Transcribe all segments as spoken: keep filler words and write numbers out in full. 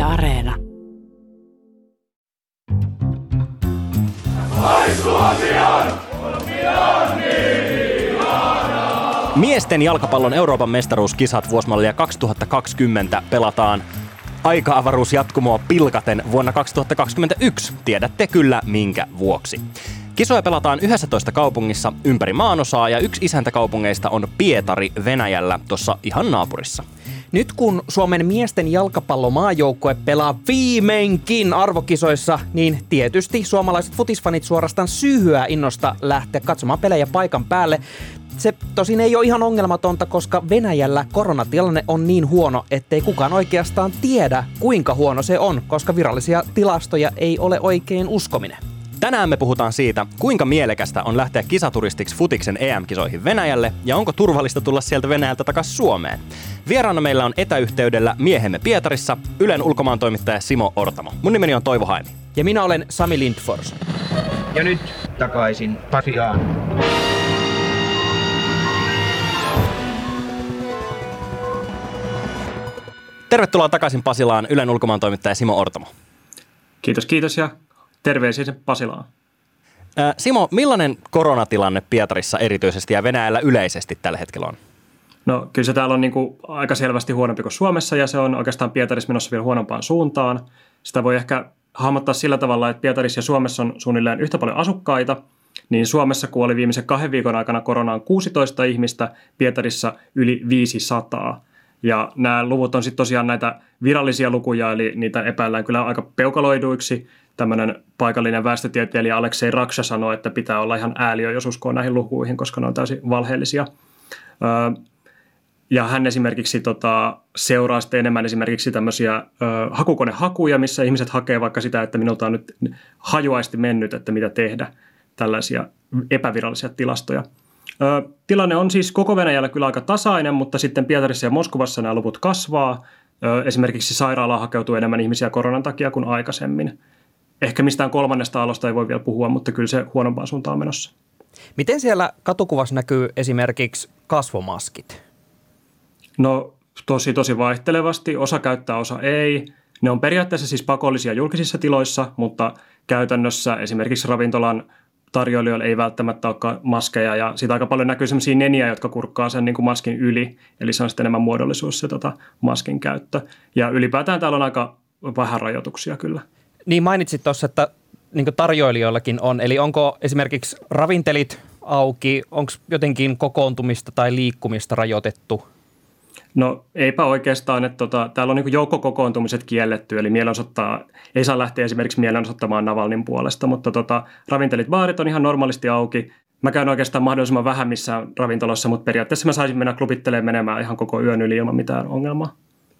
Areena. Miesten jalkapallon Euroopan mestaruuskisat vuosimallia kaksituhattakaksikymmentä pelataan aika-avaruusjatkumoa pilkaten vuonna kaksituhattakaksikymmentäyksi. Tiedätte kyllä minkä vuoksi. Kisoja pelataan yhdessätoista kaupungissa ympäri maanosaa ja yksi isäntäkaupungeista on Pietari Venäjällä, tuossa ihan naapurissa. Nyt kun Suomen miesten jalkapallomaajoukkue pelaa viimeinkin arvokisoissa, niin tietysti suomalaiset futisfanit suorastaan syyhyää innosta lähteä katsomaan pelejä paikan päälle. Se tosin ei ole ihan ongelmatonta, koska Venäjällä koronatilanne on niin huono, ettei kukaan oikeastaan tiedä, kuinka huono se on, koska virallisia tilastoja ei ole oikein uskominen. Tänään me puhutaan siitä, kuinka mielekästä on lähteä kisaturistiksi futiksen E M-kisoihin Venäjälle ja onko turvallista tulla sieltä Venäjältä takaisin Suomeen. Vieraana meillä on etäyhteydellä miehemme Pietarissa Ylen ulkomaantoimittaja Simo Ortamo. Mun nimeni on Toivo Haimi. Ja minä olen Sami Lindfors. Ja nyt takaisin Pasiaan. Tervetuloa takaisin Pasilaan, Ylen ulkomaantoimittaja Simo Ortamo. Kiitos, kiitos ja terveisiä Pasilaan. Ää, Simo, millainen koronatilanne Pietarissa erityisesti ja Venäjällä yleisesti tällä hetkellä on? No kyllä se täällä on niin kuin aika selvästi huonompi kuin Suomessa ja se on oikeastaan Pietarissa menossa vielä huonompaan suuntaan. Sitä voi ehkä hahmottaa sillä tavalla, että Pietarissa ja Suomessa on suunnilleen yhtä paljon asukkaita, niin Suomessa kuoli viimeisen kahden viikon aikana koronaan kuusitoista ihmistä, Pietarissa yli viisisataa. Ja nämä luvut on sitten tosiaan näitä virallisia lukuja, eli niitä epäillään kyllä aika peukaloiduiksi. Tämmöinen paikallinen väestötieteilijä Aleksei Raksha sanoi, että pitää olla ihan ääliö, jos uskoo näihin lukuihin, koska ne on täysin valheellisia. Ja hän esimerkiksi tota, seuraa sitten enemmän esimerkiksi tämmöisiä ö, hakukonehakuja, missä ihmiset hakee vaikka sitä, että minulta on nyt hajuaisti mennyt, että mitä tehdä, tällaisia epävirallisia tilastoja. Ö, tilanne on siis koko Venäjällä kyllä aika tasainen, mutta sitten Pietarissa ja Moskovassa nämä luvut kasvaa. Ö, esimerkiksi sairaalaan hakeutuu enemmän ihmisiä koronan takia kuin aikaisemmin. Ehkä mistään kolmannesta alosta ei voi vielä puhua, mutta kyllä se huonompaan suuntaan on menossa. Miten siellä katukuvassa näkyy esimerkiksi kasvomaskit? No tosi tosi vaihtelevasti. Osa käyttää, osa ei. Ne on periaatteessa siis pakollisia julkisissa tiloissa, mutta käytännössä esimerkiksi ravintolan tarjoilijoilla ei välttämättä ole maskeja ja siitä aika paljon näkyy sellaisia neniä, jotka kurkkaa sen niin kuin maskin yli. Eli se on sitten enemmän muodollisuus se tota, maskin käyttö. Ja ylipäätään täällä on aika vähän rajoituksia kyllä. Niin mainitsit tuossa, että niin kuin tarjoilijoillakin on. Eli onko esimerkiksi ravintelit auki, onko jotenkin kokoontumista tai liikkumista rajoitettu? No eipä oikeastaan, että tota, täällä on niin kuin joukkokokoontumiset kielletty, eli mielenosoittaa, ei saa lähteä esimerkiksi mielenosoittamaan Navalnin puolesta, mutta tota, ravintelit, baarit on ihan normaalisti auki. Mä käyn oikeastaan mahdollisimman vähän missään ravintolassa, mutta periaatteessa mä saisin mennä klubittelemaan menemään ihan koko yön yli ilman mitään ongelmaa.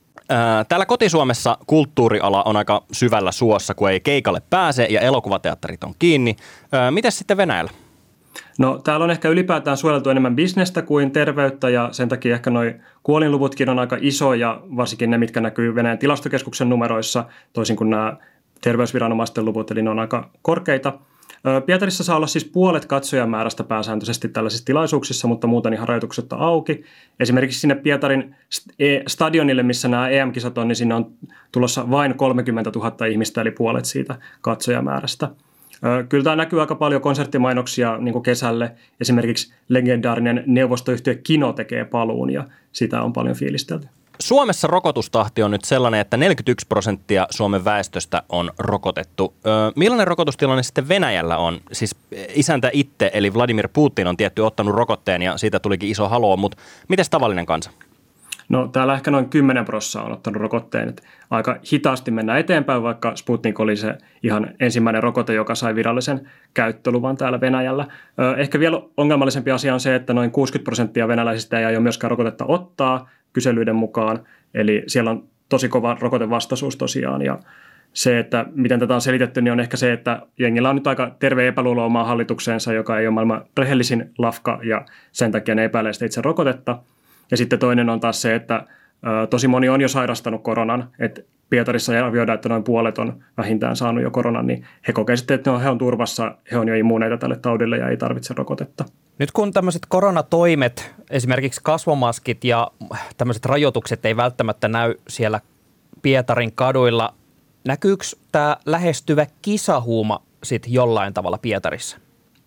Täällä koti-Suomessa kulttuuriala on aika syvällä suossa, kun ei keikalle pääse ja elokuvateatterit on kiinni. Mites sitten Venäjällä? No täällä on ehkä ylipäätään suojeltu enemmän bisnestä kuin terveyttä ja sen takia ehkä noi kuolinluvutkin on aika isoja, varsinkin ne, mitkä näkyy Venäjän tilastokeskuksen numeroissa, toisin kuin nämä terveysviranomaisten luvut, eli ne on aika korkeita. Pietarissa saa olla siis puolet katsojamäärästä pääsääntöisesti tällaisissa tilaisuuksissa, mutta muuten ihan rajoitukset on auki. Esimerkiksi sinne Pietarin stadionille, missä nämä E M-kisat on, niin sinne on tulossa vain kolmekymmentätuhatta ihmistä, eli puolet siitä katsojamäärästä. Kyllä tämä näkyy aika paljon konserttimainoksia niin kuin kesälle. Esimerkiksi legendaarinen neuvostoyhtiö Kino tekee paluun ja sitä on paljon fiilistelty. Suomessa rokotustahti on nyt sellainen, että neljäkymmentäyksi prosenttia Suomen väestöstä on rokotettu. Öö, millainen rokotustilanne sitten Venäjällä on? Siis isäntä itse, eli Vladimir Putin on tietty ottanut rokotteen ja siitä tulikin iso haloo, mutta mites tavallinen kansa? No täällä ehkä noin kymmenen prosenttia on ottanut rokotteen. Että aika hitaasti mennään eteenpäin, vaikka Sputnik oli se ihan ensimmäinen rokote, joka sai virallisen käyttöluvan täällä Venäjällä. Ehkä vielä ongelmallisempi asia on se, että noin kuusikymmentä prosenttia venäläisistä ei aio myöskään rokotetta ottaa kyselyiden mukaan. Eli siellä on tosi kova rokotevastaisuus tosiaan. Ja se, että miten tätä on selitetty, niin on ehkä se, että jengillä on nyt aika terve epäluulo omaa hallitukseensa, joka ei ole maailman rehellisin lafka ja sen takia ne epäilee sitä itse rokotetta. Ja sitten toinen on taas se, että ö, tosi moni on jo sairastanut koronan, että Pietarissa arvioidaan, että noin puolet on vähintään saanut jo koronan, niin he kokee sitten, että he on turvassa, he on jo immuuneita tälle taudille ja ei tarvitse rokotetta. Nyt kun tämmöiset koronatoimet, esimerkiksi kasvomaskit ja tämmöiset rajoitukset ei välttämättä näy siellä Pietarin kaduilla, Näkyykö tämä lähestyvä kisahuuma sitten jollain tavalla Pietarissa?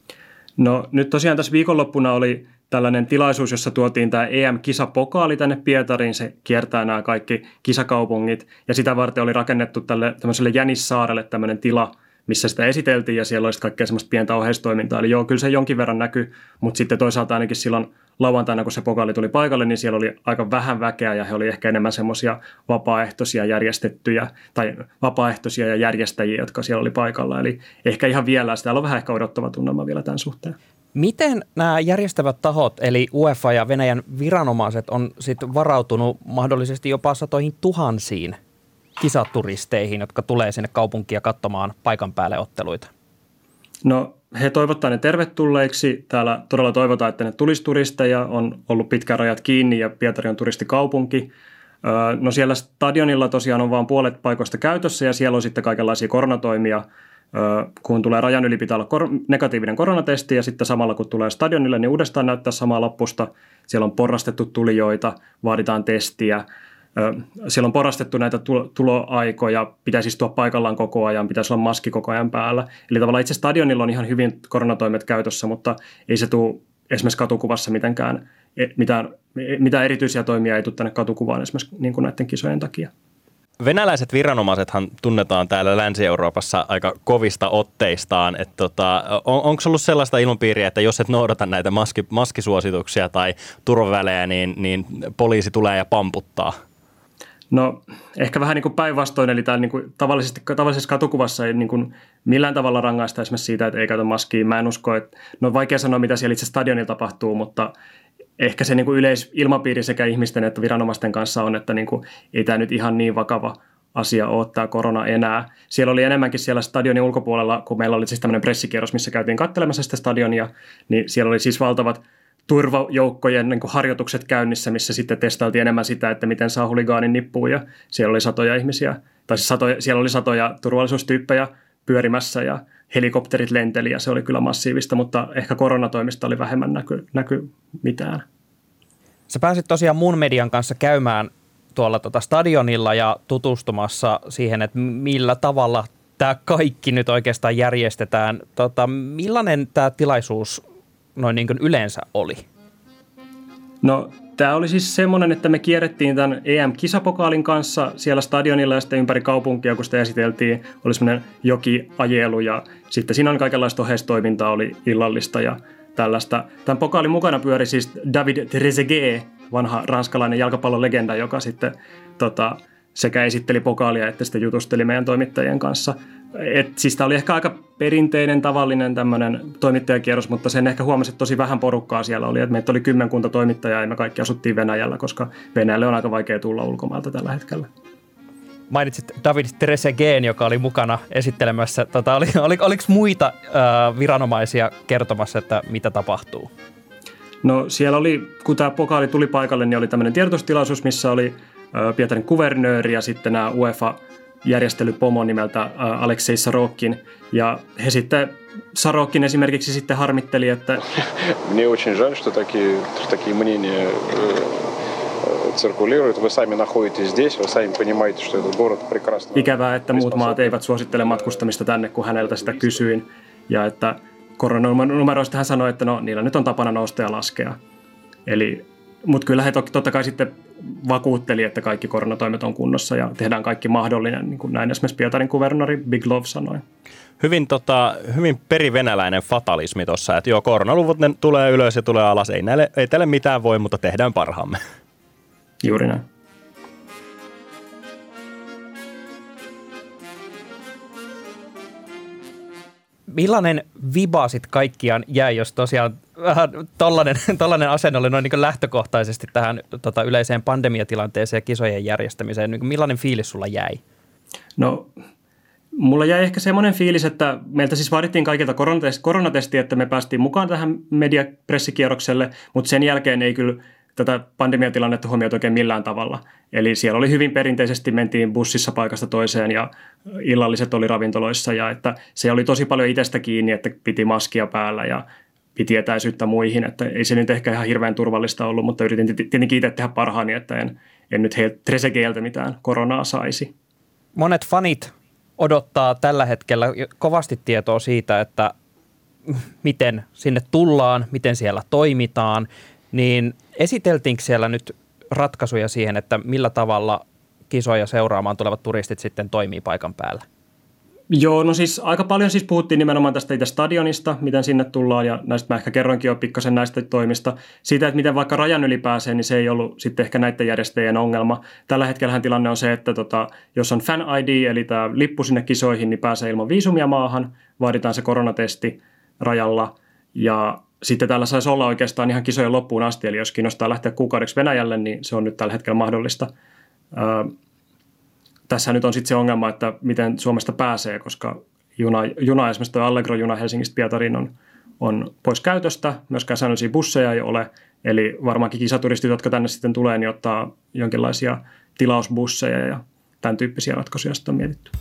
No nyt tosiaan tässä viikonloppuna oli tällainen tilaisuus, jossa tuotiin tämä E M-kisapokaali tänne Pietariin. Se kiertää nämä kaikki kisakaupungit ja sitä varten oli rakennettu tälle tämmöiselle Jänissaarelle tämmöinen tila, missä sitä esiteltiin ja siellä olisi kaikkea semmoista pientä oheistoimintaa. Eli joo, kyllä se jonkin verran näkyi, mutta sitten toisaalta ainakin silloin lauantaina, kun se pokaali tuli paikalle, niin siellä oli aika vähän väkeä ja he oli ehkä enemmän semmoisia vapaaehtoisia järjestettyjä tai vapaaehtoisia ja järjestäjiä, jotka siellä oli paikalla. Eli ehkä ihan vielä, täällä on vähän ehkä odottava tunnelma vielä tämän suhteen. Miten nämä järjestävät tahot, eli UEFA ja Venäjän viranomaiset, on sitten varautunut mahdollisesti jopa satoihin tuhansiin kisaturisteihin, jotka tulee sinne kaupunkia katsomaan paikan päälle otteluita? No he toivottaa ne tervetulleiksi. Täällä todella toivotaan, että ne tulisi turisteja. On ollut pitkään rajat kiinni ja Pietari on turistikaupunki. No siellä stadionilla tosiaan on vain puolet paikoista käytössä ja siellä on sitten kaikenlaisia koronatoimia. Kun tulee rajan yli, pitää olla kor- negatiivinen koronatesti ja sitten samalla kun tulee stadionille, niin uudestaan näyttää samaa lappusta. Siellä on porrastettu tulijoita, vaaditaan testiä. Siellä on porrastettu näitä tuloaikoja, pitäisi istua paikallaan koko ajan, pitäisi olla maski koko ajan päällä. Eli tavallaan itse stadionilla on ihan hyvin koronatoimet käytössä, mutta ei se tule esimerkiksi katukuvassa mitenkään, mitään, mitään erityisiä toimia ei tule tänne katukuvaan esimerkiksi niin kuin näiden kisojen takia. Venäläiset viranomaisethan tunnetaan täällä Länsi-Euroopassa aika kovista otteistaan. Että tota, on, onko ollut sellaista ilmapiiriä, että jos et noudata näitä maski, maskisuosituksia tai turvavälejä, niin, niin poliisi tulee ja pamputtaa? No ehkä vähän niin kuin päinvastoin, eli täällä niin kuin tavallisesti, tavallisessa katukuvassa ei niin kuin millään tavalla rangaista esimerkiksi siitä, että ei käytä maskia. Mä en usko, että no on vaikea sanoa, mitä siellä itse stadionilla tapahtuu, mutta ehkä se niin kuin yleisilmapiiri sekä ihmisten että viranomaisten kanssa on, että niin kuin ei tämä nyt ihan niin vakava asia ole tämä korona enää. Siellä oli enemmänkin siellä stadionin ulkopuolella, kun meillä oli siis tämmöinen pressikierros, missä käytiin katselemassa sitä stadionia, niin siellä oli siis valtavat turvajoukkojen niin kuin harjoitukset käynnissä, missä sitten testailtiin enemmän sitä, että miten saa huligaanin nippuun ja siellä oli satoja ihmisiä, tai siis satoja, siellä oli satoja turvallisuustyyppejä pyörimässä ja helikopterit lenteli ja se oli kyllä massiivista, mutta ehkä koronatoimista oli vähemmän näky, näky mitään. Sä pääsit tosiaan mun median kanssa käymään tuolla tota stadionilla ja tutustumassa siihen, että millä tavalla tämä kaikki nyt oikeastaan järjestetään. Tota, millainen tämä tilaisuus noin niin kuin yleensä oli? No tämä oli siis semmoinen, että me kierrettiin tämän E M-kisapokaalin kanssa siellä stadionilla ja sitten ympäri kaupunkia, kun sitä esiteltiin, oli semmoinen jokiajelu ja sitten siinä on kaikenlaista oheistoimintaa, oli illallista ja tällaista. Tämän pokaalin mukana pyöri siis David Trezeguet, vanha ranskalainen jalkapallolegenda, joka sitten tota, sekä esitteli pokaalia että sitten jutusteli meidän toimittajien kanssa. Et, siis tämä oli ehkä aika perinteinen, tavallinen tämmöinen toimittajakierros, mutta sen ehkä huomasi, että tosi vähän porukkaa siellä oli. Et meitä oli kymmenkunta toimittajaa ja me kaikki asuttiin Venäjällä, koska Venäjälle on aika vaikea tulla ulkomailta tällä hetkellä. Mainitsit David Trezeguet, joka oli mukana esittelemässä. Tota, oli, oli, oliko muita äh, viranomaisia kertomassa, että mitä tapahtuu? No siellä oli, kun tämä pokaali tuli paikalle, niin oli tämmöinen tiedotustilaisuus, missä oli äh, Pietarin kuvernööri ja sitten nämä UEFA järjestelypomo nimeltä Aleksei Sarokkin. Ja he sitten, Sarokkin esimerkiksi sitten harmitteli, että Мне очень жаль, что такие, такие мнения циркулируют. Вы сами находитесь здесь, вы сами понимаете, что этот город прекрасно. Ikävää, että muut maat eivät suosittele matkustamista tänne, kun häneltä sitä kysyin. Ja että koronanumeroista hän sanoi, että no niillä nyt on tapana nousta ja laskea. Eli mutta kyllä he totta kai sitten vakuutteli, että kaikki koronatoimet on kunnossa ja tehdään kaikki mahdollinen, niin kuin näin esimerkiksi Pietarin kuvernööri Big Love sanoi. Hyvin, tota, hyvin perivenäläinen fatalismi tuossa, että joo, koronaluvut ne tulee ylös ja tulee alas, ei, näille, ei tälle mitään voi, mutta tehdään parhaamme. Juuri näin. Millainen viba sit kaikkiaan jäi, jos tosiaan vähän tollainen, tollainen asenne oli noin niin kuin lähtökohtaisesti tähän tota, yleiseen pandemiatilanteeseen ja kisojen järjestämiseen? Niin millainen fiilis sulla jäi? No, mulla jäi ehkä semmoinen fiilis, että meiltä siis vaadittiin kaikilta koronatestiä, että me päästiin mukaan tähän mediapressikierrokselle, mutta sen jälkeen ei kyllä tätä pandemiatilannetta huomioitu oikein millään tavalla. Eli siellä oli hyvin perinteisesti, mentiin bussissa paikasta toiseen ja illalliset oli ravintoloissa ja että se oli tosi paljon itsestä kiinni, että piti maskia päällä ja piti etäisyyttä muihin, että ei se nyt ehkä ihan hirveän turvallista ollut, mutta yritin tietenkin itse tehdä parhaani, että en, en nyt Trezegueltä mitään koronaa saisi. Monet fanit odottaa tällä hetkellä kovasti tietoa siitä, että miten sinne tullaan, miten siellä toimitaan, niin esiteltiinkö siellä nyt ratkaisuja siihen, että millä tavalla kisoja seuraamaan tulevat turistit sitten toimii paikan päällä? Joo, no siis aika paljon siis puhuttiin nimenomaan tästä itse stadionista, miten sinne tullaan, ja näistä mä ehkä kerroinkin jo pikkasen näistä toimista. Siitä, että miten vaikka rajan yli pääsee, niin se ei ollut sitten ehkä näiden järjestäjien ongelma. Tällä hetkellähän tilanne on se, että tota, jos on fan I D, eli tämä lippu sinne kisoihin, niin pääsee ilman viisumia maahan, vaaditaan se koronatesti rajalla, ja sitten täällä saisi olla oikeastaan ihan kisojen loppuun asti, eli jos kiinnostaa lähteä kuukaudeksi Venäjälle, niin se on nyt tällä hetkellä mahdollista. Öö, Tässä nyt on sitten se ongelma, että miten Suomesta pääsee, koska juna, juna esimerkiksi tuo Allegro-juna Helsingistä Pietariin on, on pois käytöstä. Myöskään säännöllisiä busseja ei ole. Eli varmaankin kisaturistit, jotka tänne sitten tulee, niin ottaa jonkinlaisia tilausbusseja ja tämän tyyppisiä ratkaisuja sitten on mietitty.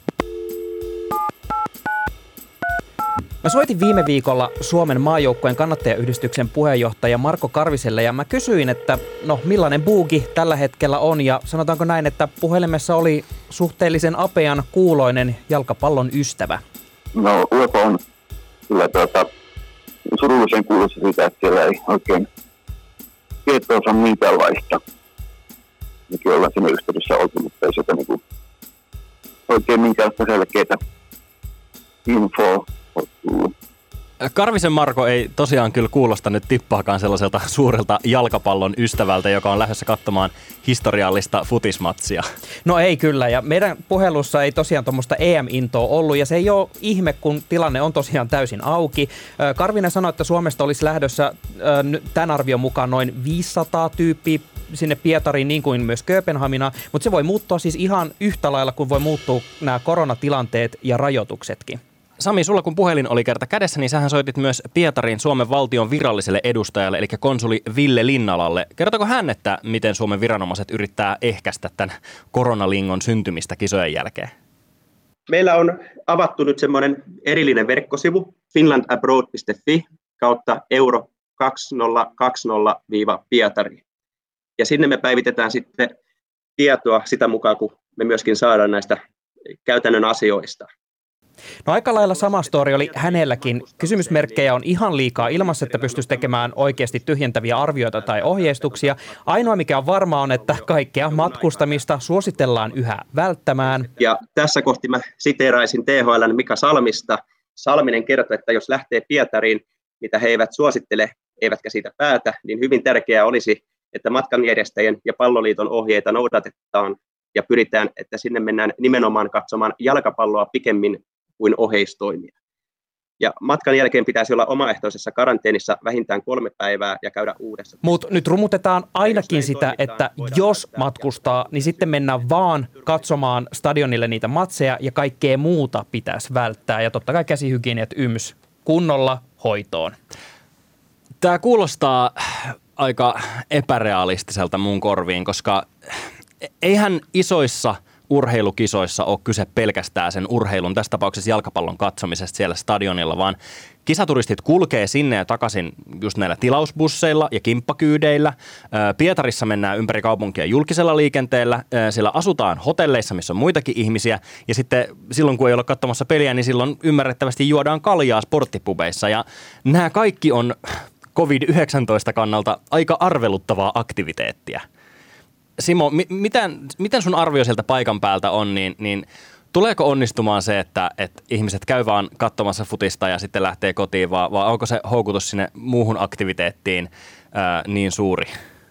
Mä soitin viime viikolla Suomen maajoukkueen kannattajayhdistyksen puheenjohtaja Marko Karviselle ja mä kysyin, että no millainen buugi tällä hetkellä on ja sanotaanko näin, että puhelimessa oli suhteellisen apean kuuloinen jalkapallon ystävä. No U E F A on kyllä tuota, surullisen kuulossa siitä, että siellä ei oikein tietoa saa minkäänlaista. Mekin ollaan siinä yhteydessä oltu, mutta ei sieltä niinku oikein minkäänlaista selkeää infoa. Karvisen Marko ei tosiaan kyllä kuulosta nyt tippaakaan sellaiselta suurelta jalkapallon ystävältä, joka on lähdössä katsomaan historiallista futismatsia. No ei kyllä, ja meidän puhelussa ei tosiaan tuommoista E M-intoa ollut, ja se ei ole ihme, kun tilanne on tosiaan täysin auki. Karvinen sanoi, että Suomesta olisi lähdössä tämän arvion mukaan noin viisisataa tyyppiä sinne Pietariin, niin kuin myös Kööpenhaminaan, mutta se voi muuttua siis ihan yhtä lailla, kuin voi muuttua nämä koronatilanteet ja rajoituksetkin. Sami, sulla kun puhelin oli kerta kädessä, niin sähän soitit myös Pietarin Suomen valtion viralliselle edustajalle, eli konsuli Ville Linnalalle. Kertoko hän, että miten Suomen viranomaiset yrittää ehkäistä tämän koronalingon syntymistä kisojen jälkeen? Meillä on avattu nyt semmoinen erillinen verkkosivu finlandabroad piste fi kautta euro kaksituhattakaksikymmentä Pietari. Ja sinne me päivitetään sitten tietoa sitä mukaan, kun me myöskin saadaan näistä käytännön asioista. No aika lailla sama story oli hänelläkin. Kysymysmerkkejä on ihan liikaa ilmassa, että pystyisi tekemään oikeasti tyhjentäviä arvioita tai ohjeistuksia. Ainoa mikä on varmaa on, että kaikkea matkustamista suositellaan yhä välttämään. Ja tässä kohti mä siteeraisin T H L:n Mika Salmista. Salminen kertoi, että jos lähtee Pietariin, mitä he eivät suosittele, eivätkä siitä päätä, niin hyvin tärkeää olisi, että matkanjärjestäjien ja palloliiton ohjeita noudatetaan ja pyritään, että sinne mennään nimenomaan katsomaan jalkapalloa pikemmin kuin oheistoimia. Ja matkan jälkeen pitäisi olla omaehtoisessa karanteenissa vähintään kolme päivää ja käydä uudessa. Mutta nyt rumutetaan ainakin sitä, toimitaan, että jos matkustaa, niin sitten mennään vaan katsomaan stadionille niitä matseja ja kaikkea muuta pitäisi välttää. Ja totta kai käsihygieniat yms kunnolla hoitoon. Tämä kuulostaa aika epärealistiselta mun korviin, koska eihän isoissa urheilukisoissa ole kyse pelkästään sen urheilun, tässä tapauksessa jalkapallon katsomisesta siellä stadionilla, vaan kisaturistit kulkee sinne ja takaisin just näillä tilausbusseilla ja kimppakyydeillä. Pietarissa mennään ympäri kaupunkia julkisella liikenteellä, siellä asutaan hotelleissa, missä on muitakin ihmisiä, ja sitten silloin kun ei ole katsomassa peliä, niin silloin ymmärrettävästi juodaan kaljaa sporttipubeissa, ja nämä kaikki on covid yhdeksäntoista kannalta aika arveluttavaa aktiviteettia. Simo, miten, miten sun arvio sieltä paikan päältä on, niin, niin tuleeko onnistumaan se, että, että ihmiset käy vaan katsomassa futista ja sitten lähtee kotiin, vai, vai onko se houkutus sinne muuhun aktiviteettiin ää, niin suuri?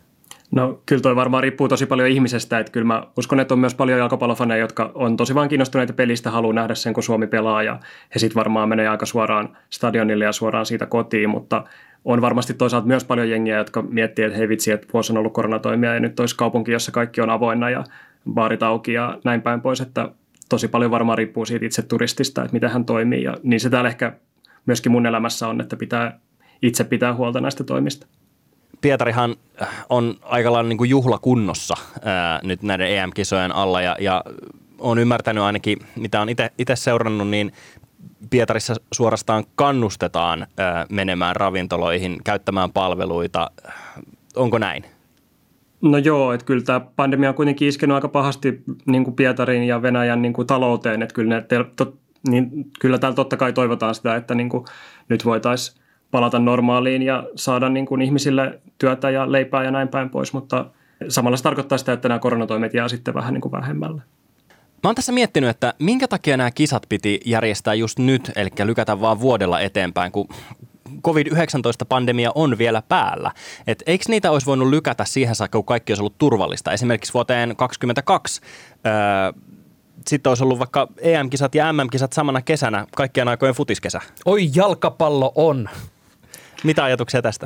No kyllä toi varmaan riippuu tosi paljon ihmisestä, että kyllä mä uskon, että on myös paljon jalkapallofaneja, jotka on tosi vaan kiinnostuneita pelistä, haluaa nähdä sen, kun Suomi pelaa, ja he sitten varmaan menee aika suoraan stadionille ja suoraan siitä kotiin, mutta on varmasti toisaalta myös paljon jengiä, jotka miettii, että hei vitsi, että vuosi on ollut koronatoimia ja nyt olisi kaupunki, jossa kaikki on avoinna ja baarit auki ja näin päin pois, että tosi paljon varmaan riippuu siitä itse turistista, että miten hän toimii, ja niin se täällä ehkä myöskin mun elämässä on, että pitää itse pitää huolta näistä toimista. Pietarihan on aika lailla niin kuin juhlakunnossa ää, nyt näiden E M-kisojen alla, ja, ja olen ymmärtänyt ainakin, mitä olen itse seurannut, niin Pietarissa suorastaan kannustetaan ää, menemään ravintoloihin, käyttämään palveluita. Onko näin? No joo, että kyllä tämä pandemia on kuitenkin iskenyt aika pahasti niin kuin Pietarin ja Venäjän niin kuin talouteen, että kyllä, ne te, to, niin, kyllä täällä totta kai toivotaan sitä, että niin kuin nyt voitaisiin palata normaaliin ja saada niin kuin ihmisille työtä ja leipää ja näin päin pois, mutta samalla se tarkoittaa sitä, että nämä koronatoimet jää sitten vähän niin kuin vähemmälle. Mä oon tässä miettinyt, että minkä takia nämä kisat piti järjestää just nyt, eli lykätä vaan vuodella eteenpäin, kun covid yhdeksäntoista-pandemia on vielä päällä. Et eikö niitä olisi voinut lykätä siihen saakka, kun kaikki olisi ollut turvallista? Esimerkiksi vuoteen kaksikymmentäkaksi öö, sitten olisi ollut vaikka E M-kisat ja M M-kisat samana kesänä, kaikkien aikojen futiskesä. Oi, jalkapallo on! Mitä ajatuksia tästä?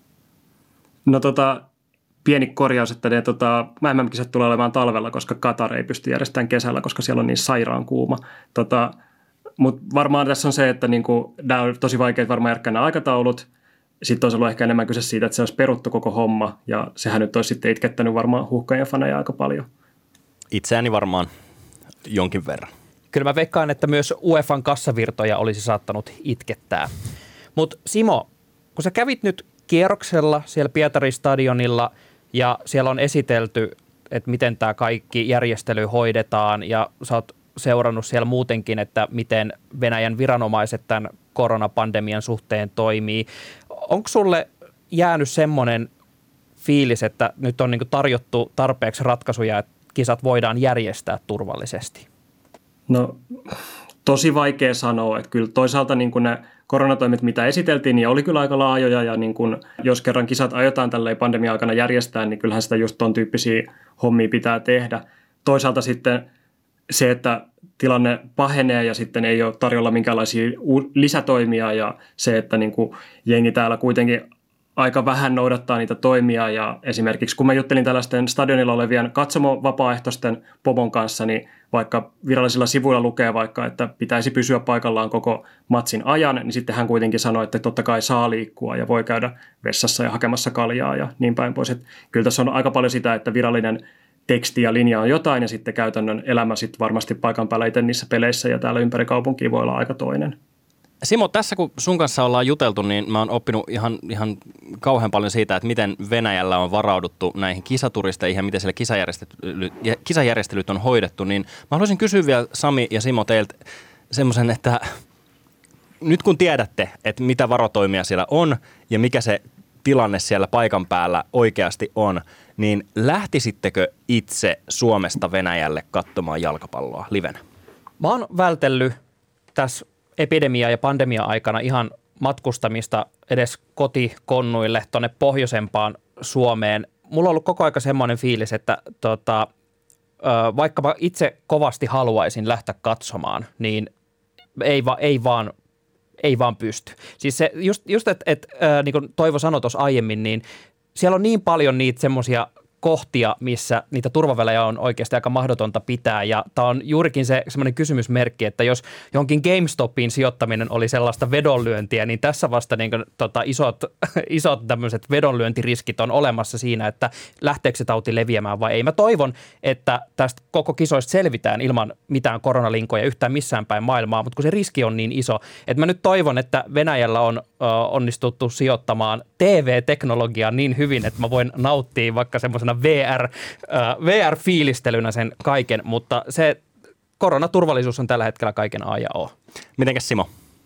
No tota, pieni korjaus, että ne tota, M M-kisat tulee olemaan talvella, koska Katar ei pysty järjestämään kesällä, koska siellä on niin sairaan kuuma. Tota, mutta varmaan tässä on se, että niinku, nämä on tosi vaikeat varmaan järkkää nämä aikataulut. Sitten olisi ollut ehkä enemmän kyse siitä, että se olisi peruttu koko homma, ja sehän nyt olisi sitten itkettänyt varmaan Huuhkajien faneja aika paljon. Itseäni varmaan jonkin verran. Kyllä mä veikkaan, että myös UEFAn kassavirtoja olisi saattanut itkettää. Mutta Simo, kun sä kävit nyt kierroksella siellä Pietarin stadionilla ja siellä on esitelty, että miten tämä kaikki järjestely hoidetaan ja sä oot seurannut siellä muutenkin, että miten Venäjän viranomaiset tämän koronapandemian suhteen toimii. Onko sulle jäänyt semmoinen fiilis, että nyt on niinku tarjottu tarpeeksi ratkaisuja, että kisat voidaan järjestää turvallisesti? No tosi vaikea sanoa, että kyllä toisaalta niin kuin ne koronatoimet, mitä esiteltiin, niin oli kyllä aika laajoja ja niin kuin, jos kerran kisat aiotaan tälleen pandemia-aikana järjestää, niin kyllähän sitä just ton tyyppisiä hommia pitää tehdä. Toisaalta sitten se, että tilanne pahenee ja sitten ei ole tarjolla minkäänlaisia lisätoimia ja se, että niin kuin jengi täällä kuitenkin aika vähän noudattaa niitä toimia ja esimerkiksi kun mä juttelin tällaisten stadionilla olevien katsomovapaaehtoisten pomon kanssa, niin vaikka virallisilla sivuilla lukee vaikka, että pitäisi pysyä paikallaan koko matsin ajan, niin sitten hän kuitenkin sanoi, että totta kai saa liikkua ja voi käydä vessassa ja hakemassa kaljaa ja niin päin pois. Että kyllä tässä on aika paljon sitä, että virallinen teksti ja linja on jotain ja sitten käytännön elämä sitten varmasti paikan päällä itse niissä peleissä ja täällä ympäri kaupunkia voi olla aika toinen. Simo, tässä kun sun kanssa ollaan juteltu, niin mä oon oppinut ihan, ihan kauhean paljon siitä, että miten Venäjällä on varauduttu näihin kisaturisteihin ja miten siellä kisajärjestelyt, kisajärjestelyt on hoidettu. Niin mä haluaisin kysyä vielä Sami ja Simo teiltä semmoisen, että nyt kun tiedätte, että mitä varotoimia siellä on ja mikä se tilanne siellä paikan päällä oikeasti on, niin lähtisittekö itse Suomesta Venäjälle katsomaan jalkapalloa livenä? Mä oon vältellyt tässä epidemia- ja pandemia-aikana ihan matkustamista edes kotikonnuille tuonne pohjoisempaan Suomeen. Mulla on ollut koko aika semmoinen fiilis, että tota, vaikka mä itse kovasti haluaisin lähteä katsomaan, niin ei, va, ei, vaan, ei vaan pysty. Siis se, just, just että et, niin kuin Toivo sanoi tuossa aiemmin, niin siellä on niin paljon niitä semmoisia kohtia, missä niitä turvavälejä on oikeasti aika mahdotonta pitää. Ja tämä on juurikin se semmoinen kysymysmerkki, että jos johonkin GameStopiin sijoittaminen oli sellaista vedonlyöntiä, niin tässä vasta niin kuin, tota, isot, isot tämmöiset vedonlyöntiriskit on olemassa siinä, että lähteekö se tauti leviämään vai ei. Mä toivon, että tästä koko kisoista selvitään ilman mitään koronalinkoja yhtään missään päin maailmaa, mutta kun se riski on niin iso, että mä nyt toivon, että Venäjällä on ö, onnistuttu sijoittamaan T V-teknologiaa niin hyvin, että mä voin nauttia vaikka semmoisena V R, äh, V R-fiilistelynä sen kaiken, mutta se koronaturvallisuus on tällä hetkellä kaiken A ja O. Mitenkäs Simo?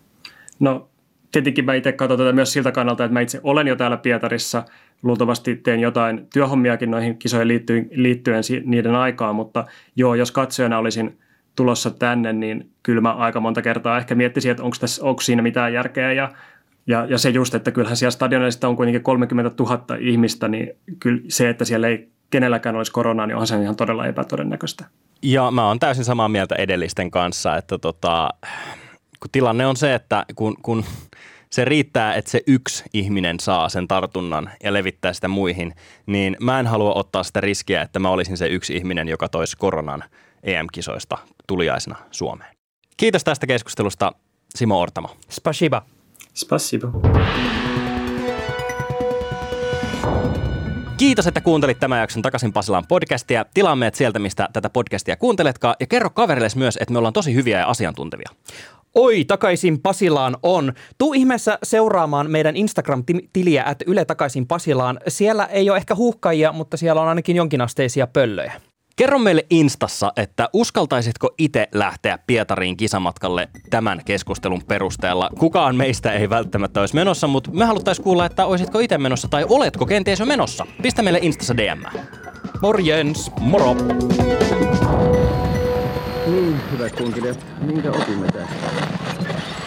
No tietenkin mä itse katson tätä myös siltä kannalta, että mä itse olen jo täällä Pietarissa. Luultavasti teen jotain työhommiakin noihin kisoihin liittyen, liittyen niiden aikaan, mutta joo, jos katsojana olisin tulossa tänne, niin kyllä mä aika monta kertaa ehkä miettisin, että onko, tässä, onko siinä mitään järkeä ja Ja, ja se just, että kyllähän siellä stadionilla on kuitenkin kolmekymmentätuhatta ihmistä, niin kyllä se, että siellä ei kenelläkään olisi koronaa, niin onhan se ihan todella epätodennäköistä. Ja mä oon täysin samaa mieltä edellisten kanssa, että tota, kun tilanne on se, että kun, kun se riittää, että se yksi ihminen saa sen tartunnan ja levittää sitä muihin, niin mä en halua ottaa sitä riskiä, että mä olisin se yksi ihminen, joka toisi koronan E M-kisoista tuliaisena Suomeen. Kiitos tästä keskustelusta, Simo Ortamo. Spasiba. Spasibo. Kiitos, että kuuntelit tämän jakson Takaisin Pasilaan podcastia. Tilaa meidät sieltä, mistä tätä podcastia kuunteletkaan. Ja kerro kaverille myös, että me ollaan tosi hyviä ja asiantuntevia. Oi, takaisin Pasilaan on. Tuu ihmeessä seuraamaan meidän Instagram-tiliä at Yle takaisin Pasilaan. Siellä ei ole ehkä huuhkajia, mutta siellä on ainakin jonkinasteisia pöllöjä. Kerro meille Instassa, että uskaltaisitko itse lähteä Pietariin kisamatkalle tämän keskustelun perusteella? Kukaan meistä ei välttämättä olisi menossa, mutta me haluttaisiin kuulla, että olisitko itse menossa tai oletko kenties jo menossa. Pistä meille Instassa D M. Morjens! Moro! Niin, hyvät kunkilijat, minkä opimme tästä?